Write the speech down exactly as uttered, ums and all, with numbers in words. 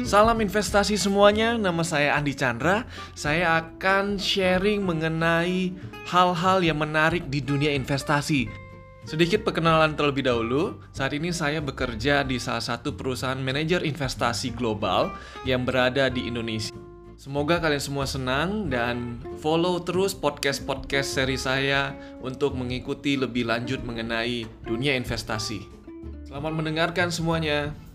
Salam investasi semuanya, nama saya Andi Chandra. Saya akan sharing mengenai hal-hal yang menarik di dunia investasi. Sedikit perkenalan terlebih dahulu, saat ini saya bekerja di salah satu perusahaan manajer investasi global yang berada di Indonesia. Semoga kalian semua senang dan follow terus podcast-podcast seri saya untuk mengikuti lebih lanjut mengenai dunia investasi. Selamat mendengarkan semuanya.